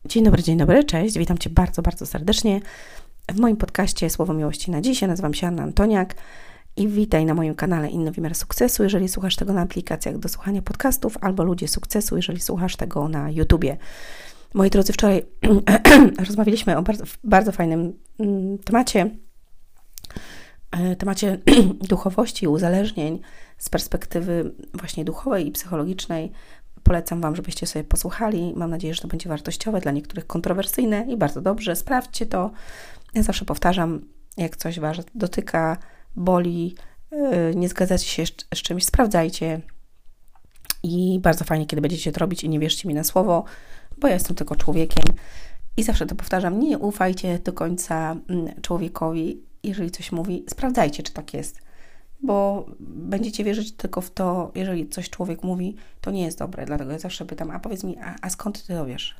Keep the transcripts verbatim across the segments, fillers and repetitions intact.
Dzień dobry, dzień dobry, cześć, witam Cię bardzo, bardzo serdecznie w moim podcaście Słowo Miłości na Dziś. Ja nazywam się Anna Antoniak i witaj na moim kanale Inny Wymiar Sukcesu, jeżeli słuchasz tego na aplikacjach do słuchania podcastów, albo Ludzie Sukcesu, jeżeli słuchasz tego na YouTubie. Moi drodzy, wczoraj rozmawialiśmy o bardzo, bardzo fajnym temacie, temacie duchowości i uzależnień z perspektywy właśnie duchowej i psychologicznej. Polecam Wam, żebyście sobie posłuchali. Mam nadzieję, że to będzie wartościowe, dla niektórych kontrowersyjne i bardzo dobrze. Sprawdźcie to. Ja zawsze powtarzam, jak coś Was dotyka, boli, yy, nie zgadzacie się z czymś, sprawdzajcie. I bardzo fajnie, kiedy będziecie to robić i nie wierzcie mi na słowo, bo ja jestem tylko człowiekiem. I zawsze to powtarzam, nie ufajcie do końca człowiekowi, jeżeli coś mówi. Sprawdzajcie, czy tak jest. Bo będziecie wierzyć tylko w to, jeżeli coś człowiek mówi, to nie jest dobre. Dlatego ja zawsze pytam, a powiedz mi, a, a skąd Ty to wiesz?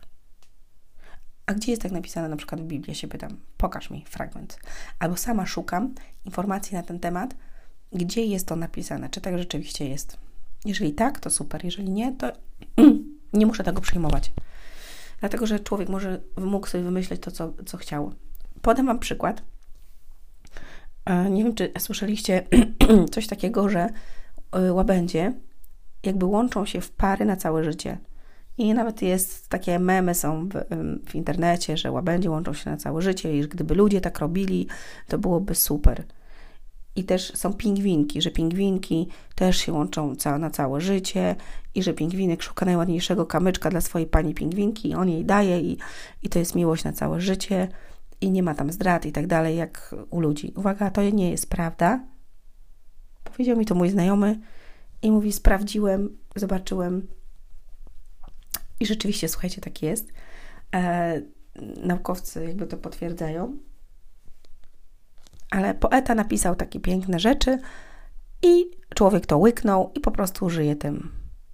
A gdzie jest tak napisane, na przykład w Biblii, się pytam, pokaż mi fragment. Albo sama szukam informacji na ten temat, gdzie jest to napisane, czy tak rzeczywiście jest. Jeżeli tak, to super, jeżeli nie, to nie muszę tego przyjmować. Dlatego, że człowiek może mógł sobie wymyśleć to, co, co chciał. Podam Wam przykład. Nie wiem, czy słyszeliście coś takiego, że łabędzie jakby łączą się w pary na całe życie. I nawet jest, takie memy są w, w internecie, że łabędzie łączą się na całe życie i że gdyby ludzie tak robili, to byłoby super. I też są pingwinki, że pingwinki też się łączą ca- na całe życie i że pingwinek szuka najładniejszego kamyczka dla swojej pani pingwinki i on jej daje i, i to jest miłość na całe życie. I nie ma tam zdrad i tak dalej, jak u ludzi. Uwaga, to nie jest prawda. Powiedział mi to mój znajomy i mówi, sprawdziłem, zobaczyłem i rzeczywiście, słuchajcie, tak jest. E, naukowcy jakby to potwierdzają. Ale poeta napisał takie piękne rzeczy i człowiek to łyknął i po prostu żyje tym.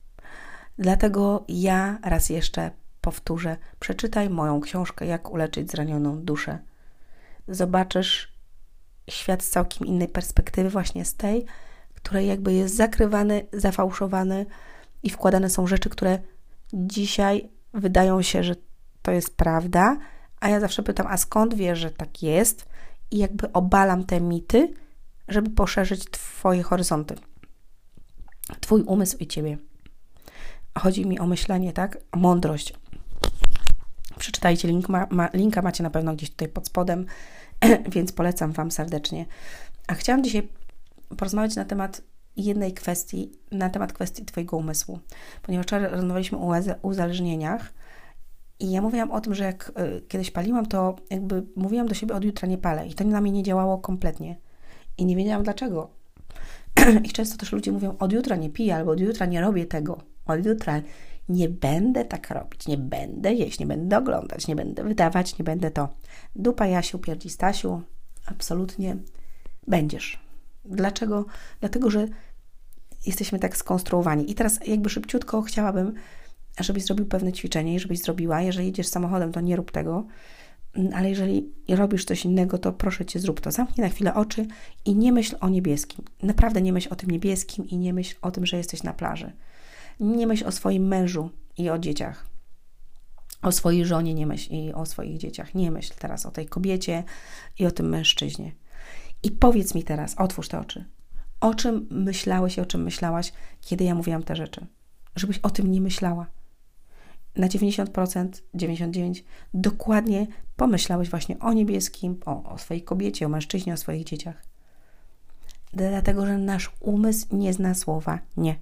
Dlatego ja raz jeszcze powtórzę, przeczytaj moją książkę Jak uleczyć zranioną duszę. Zobaczysz świat z całkiem innej perspektywy, właśnie z tej, której jakby jest zakrywany, zafałszowany i wkładane są rzeczy, które dzisiaj wydają się, że to jest prawda, a ja zawsze pytam, a skąd wiesz, że tak jest? I jakby obalam te mity, żeby poszerzyć Twoje horyzonty. Twój umysł i Ciebie. Chodzi mi o myślenie, tak? O mądrość. Przeczytajcie, link ma, ma, linka macie na pewno gdzieś tutaj pod spodem, więc polecam Wam serdecznie. A chciałam dzisiaj porozmawiać na temat jednej kwestii, na temat kwestii Twojego umysłu. Ponieważ wczoraj rozmawialiśmy o uzależnieniach i ja mówiłam o tym, że jak y, kiedyś paliłam, to jakby mówiłam do siebie, od jutra nie palę i to na mnie nie działało kompletnie. I nie wiedziałam dlaczego. I często też ludzie mówią, od jutra nie piję albo od jutra nie robię tego. Od jutra nie będę tak robić, nie będę jeść, nie będę oglądać, nie będę wydawać, nie będę to. Dupa Jasiu, pierdzi Stasiu, absolutnie będziesz. Dlaczego? Dlatego, że jesteśmy tak skonstruowani. I teraz jakby szybciutko chciałabym, żebyś zrobił pewne ćwiczenie i żebyś zrobiła. Jeżeli jedziesz samochodem, to nie rób tego, ale jeżeli robisz coś innego, to proszę Cię, zrób to. Zamknij na chwilę oczy i nie myśl o niebieskim. Naprawdę nie myśl o tym niebieskim i nie myśl o tym, że jesteś na plaży. Nie myśl o swoim mężu i o dzieciach. O swojej żonie nie myśl i o swoich dzieciach. Nie myśl teraz o tej kobiecie i o tym mężczyźnie. I powiedz mi teraz, otwórz te oczy. O czym myślałeś i o czym myślałaś, kiedy ja mówiłam te rzeczy? Żebyś o tym nie myślała. Na dziewięćdziesiąt procent, dziewięćdziesiąt dziewięć procent dokładnie pomyślałeś właśnie o niebieskim, o, o swojej kobiecie, o mężczyźnie, o swoich dzieciach. Dlatego, że nasz umysł nie zna słowa nie.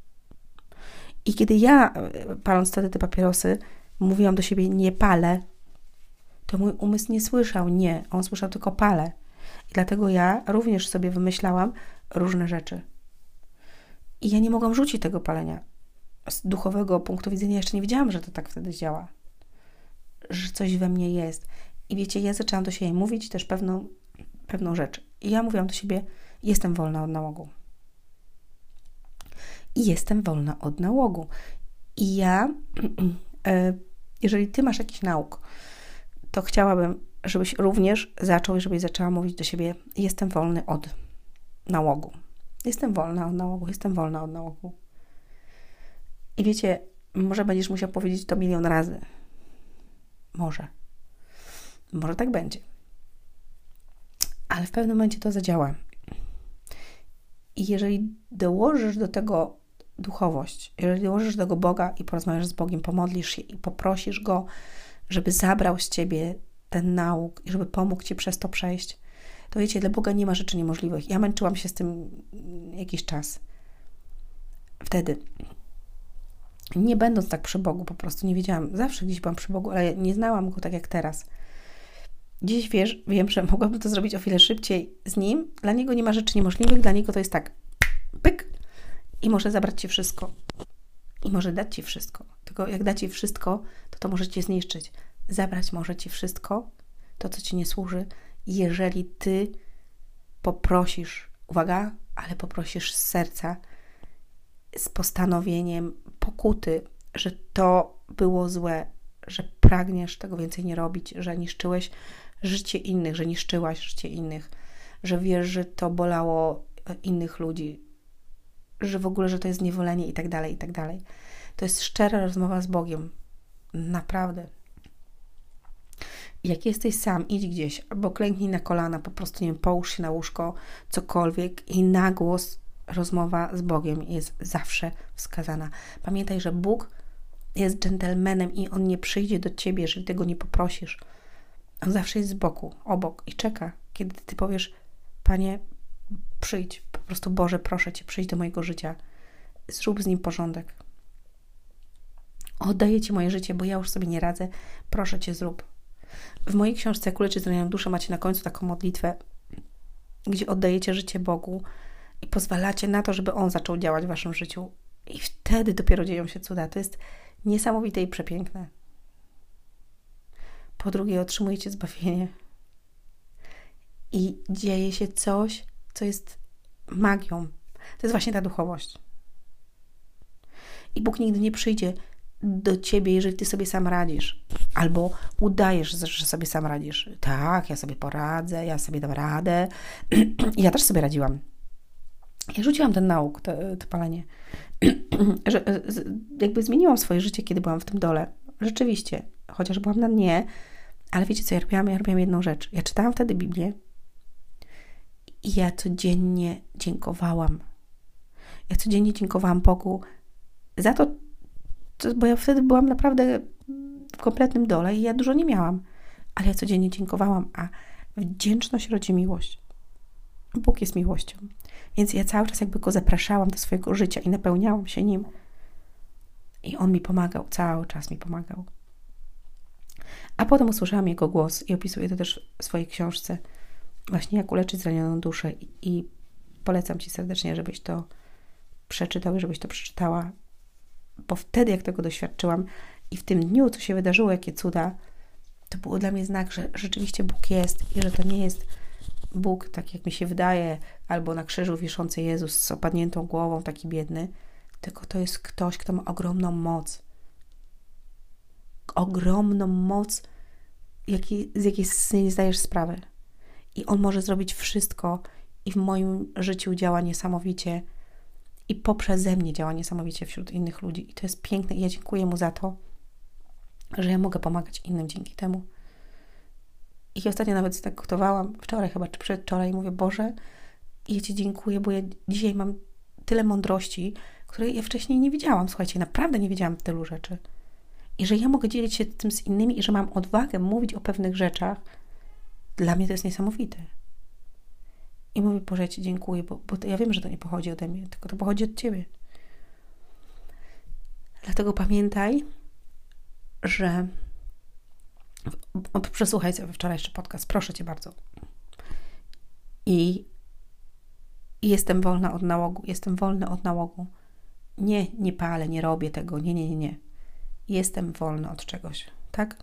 I kiedy ja, paląc wtedy te papierosy, mówiłam do siebie nie palę, to mój umysł nie słyszał nie, on słyszał tylko palę. I dlatego ja również sobie wymyślałam różne rzeczy. I ja nie mogłam rzucić tego palenia. Z duchowego punktu widzenia jeszcze nie wiedziałam, że to tak wtedy działa. Że coś we mnie jest. I wiecie, ja zaczęłam do siebie mówić też pewną, pewną rzecz. I ja mówiłam do siebie, jestem wolna od nałogu. I jestem wolna od nałogu. I ja, jeżeli Ty masz jakiś nauk, to chciałabym, żebyś również zaczął i żebyś zaczęła mówić do siebie, jestem wolny od nałogu. Jestem wolna od nałogu, jestem wolna od nałogu. I wiecie, może będziesz musiał powiedzieć to milion razy. Może. Może tak będzie. Ale w pewnym momencie to zadziała. I jeżeli dołożysz do tego duchowość, jeżeli dołożysz do tego Boga i porozmawiasz z Bogiem, pomodlisz się i poprosisz Go, żeby zabrał z Ciebie ten nauk i żeby pomógł Ci przez to przejść, to wiecie, dla Boga nie ma rzeczy niemożliwych. Ja męczyłam się z tym jakiś czas. Wtedy, nie będąc tak przy Bogu, po prostu nie wiedziałam, zawsze gdzieś byłam przy Bogu, ale nie znałam Go tak jak teraz. Dziś wiesz, wiem, że mogłabym to zrobić o wiele szybciej z Nim. Dla Niego nie ma rzeczy niemożliwych, dla Niego to jest tak, pyk, i może zabrać Ci wszystko. I może dać Ci wszystko. Tylko jak da Ci wszystko, to to może Cię zniszczyć. Zabrać może Ci wszystko, to co Ci nie służy, jeżeli Ty poprosisz, uwaga, ale poprosisz z serca, z postanowieniem pokuty, że to było złe, że pragniesz tego więcej nie robić, że niszczyłeś życie innych, że niszczyłaś życie innych, że wiesz, że to bolało innych ludzi, że w ogóle, że to jest zniewolenie i tak dalej, i tak dalej. To jest szczera rozmowa z Bogiem. Naprawdę. Jak jesteś sam, idź gdzieś, albo klęknij na kolana, po prostu, nie wiem, połóż się na łóżko, cokolwiek i na głos rozmowa z Bogiem jest zawsze wskazana. Pamiętaj, że Bóg jest dżentelmenem i On nie przyjdzie do Ciebie, jeżeli Ty Go nie poprosisz. On zawsze jest z boku, obok i czeka, kiedy Ty powiesz: Panie, przyjdź, po prostu Boże, proszę Cię, przyjdź do mojego życia. Zrób z nim porządek. Oddaję Ci moje życie, bo ja już sobie nie radzę. Proszę Cię, zrób. W mojej książce Jak uleczyć zranioną duszę macie na końcu taką modlitwę, gdzie oddajecie życie Bogu i pozwalacie na to, żeby On zaczął działać w Waszym życiu. I wtedy dopiero dzieją się cuda. To jest niesamowite i przepiękne. Po drugie, otrzymujecie zbawienie. I dzieje się coś, co jest magią. To jest właśnie ta duchowość. I Bóg nigdy nie przyjdzie do Ciebie, jeżeli Ty sobie sam radzisz. Albo udajesz, że sobie sam radzisz. Tak, ja sobie poradzę, ja sobie dam radę. I ja też sobie radziłam. Ja rzuciłam ten nauk, to, to palenie. że jakby zmieniłam swoje życie, kiedy byłam w tym dole. Rzeczywiście. Chociaż byłam na dnie. Ale wiecie co ja robiłam? Ja robiłam jedną rzecz. Ja czytałam wtedy Biblię i ja codziennie dziękowałam. Ja codziennie dziękowałam Bogu za to, bo ja wtedy byłam naprawdę w kompletnym dole i ja dużo nie miałam. Ale ja codziennie dziękowałam, a wdzięczność rodzi miłość. Bóg jest miłością. Więc ja cały czas jakby Go zapraszałam do swojego życia i napełniałam się Nim. I On mi pomagał, cały czas mi pomagał. A potem usłyszałam Jego głos i opisuję to też w swojej książce. Właśnie Jak uleczyć zranioną duszę. I, i polecam Ci serdecznie, żebyś to przeczytał i żebyś to przeczytała. Bo wtedy, jak tego doświadczyłam i w tym dniu, co się wydarzyło, jakie cuda, to było dla mnie znak, że rzeczywiście Bóg jest i że to nie jest Bóg, tak jak mi się wydaje, albo na krzyżu wiszący Jezus z opadniętą głową, taki biedny, tylko to jest ktoś, kto ma ogromną moc. Ogromną moc, jakiej, z jakiej sobie nie zdajesz sprawy. I On może zrobić wszystko i w moim życiu działa niesamowicie i poprzeze mnie działa niesamowicie wśród innych ludzi. I to jest piękne i ja dziękuję Mu za to, że ja mogę pomagać innym dzięki temu. I ostatnio nawet tak gotowałam, wczoraj chyba, czy przedwczoraj, mówię: Boże, ja Ci dziękuję, bo ja dzisiaj mam tyle mądrości, której ja wcześniej nie wiedziałam. Słuchajcie, naprawdę nie wiedziałam tylu rzeczy. I że ja mogę dzielić się tym z innymi i że mam odwagę mówić o pewnych rzeczach, dla mnie to jest niesamowite. I mówię: Boże, ja Ci dziękuję, bo, bo to, ja wiem, że to nie pochodzi ode mnie, tylko to pochodzi od Ciebie. Dlatego pamiętaj, że przesłuchaj sobie wczorajszy podcast, proszę Cię bardzo. I jestem wolna od nałogu, jestem wolny od nałogu. Nie, nie palę, nie robię tego, nie, nie, nie, nie. Jestem wolny od czegoś, tak?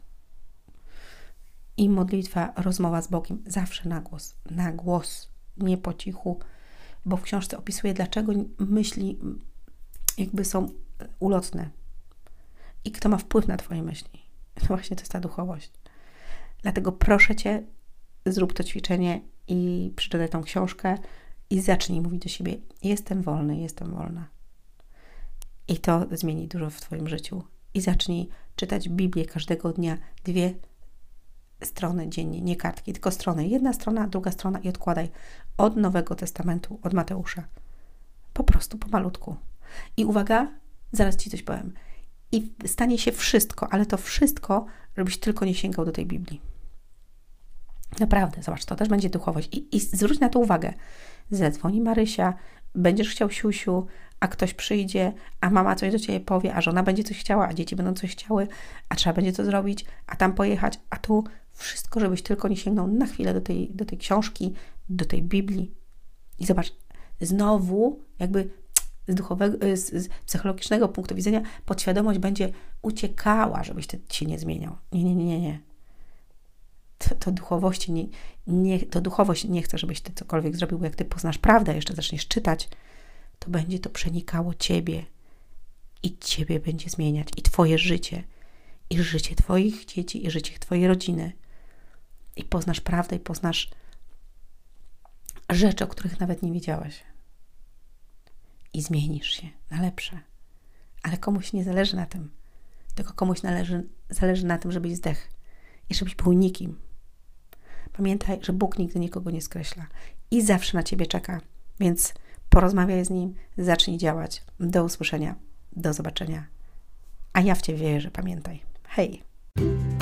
I modlitwa, rozmowa z Bogiem, zawsze na głos, na głos, nie po cichu, bo w książce opisuję, dlaczego myśli jakby są ulotne i kto ma wpływ na Twoje myśli. No właśnie to jest ta duchowość. Dlatego proszę Cię, zrób to ćwiczenie i przeczytaj tą książkę i zacznij mówić do siebie: jestem wolny, jestem wolna. I to zmieni dużo w Twoim życiu. I zacznij czytać Biblię każdego dnia, dwie strony dziennie, nie kartki, tylko strony. Jedna strona, druga strona i odkładaj od Nowego Testamentu, od Mateusza. Po prostu, pomalutku. I uwaga, zaraz Ci coś powiem. I stanie się wszystko, ale to wszystko, żebyś tylko nie sięgał do tej Biblii. Naprawdę, zobacz, to też będzie duchowość. I, i zwróć na to uwagę. Zadzwoni Marysia, będziesz chciał siusiu, a ktoś przyjdzie, a mama coś do Ciebie powie, a żona będzie coś chciała, a dzieci będą coś chciały, a trzeba będzie to zrobić, a tam pojechać, a tu wszystko, żebyś tylko nie sięgnął na chwilę do tej, do tej książki, do tej Biblii. I zobacz, znowu jakby z duchowego, z, z psychologicznego punktu widzenia podświadomość będzie uciekała, żebyś ty się nie zmieniał. Nie, nie, nie, nie, nie. To, to duchowości nie, nie, to duchowość nie chce, żebyś ty cokolwiek zrobił, bo jak ty poznasz prawdę, jeszcze zaczniesz czytać, to będzie to przenikało Ciebie i Ciebie będzie zmieniać i Twoje życie, i życie Twoich dzieci, i życie Twojej rodziny. I poznasz prawdę, i poznasz rzeczy, o których nawet nie wiedziałeś. I zmienisz się na lepsze. Ale komuś nie zależy na tym. Tylko komuś należy, zależy na tym, żebyś zdechł i żebyś był nikim. Pamiętaj, że Bóg nigdy nikogo nie skreśla i zawsze na Ciebie czeka. Więc porozmawiaj z Nim, zacznij działać. Do usłyszenia, do zobaczenia. A ja w Ciebie wierzę, pamiętaj. Hej!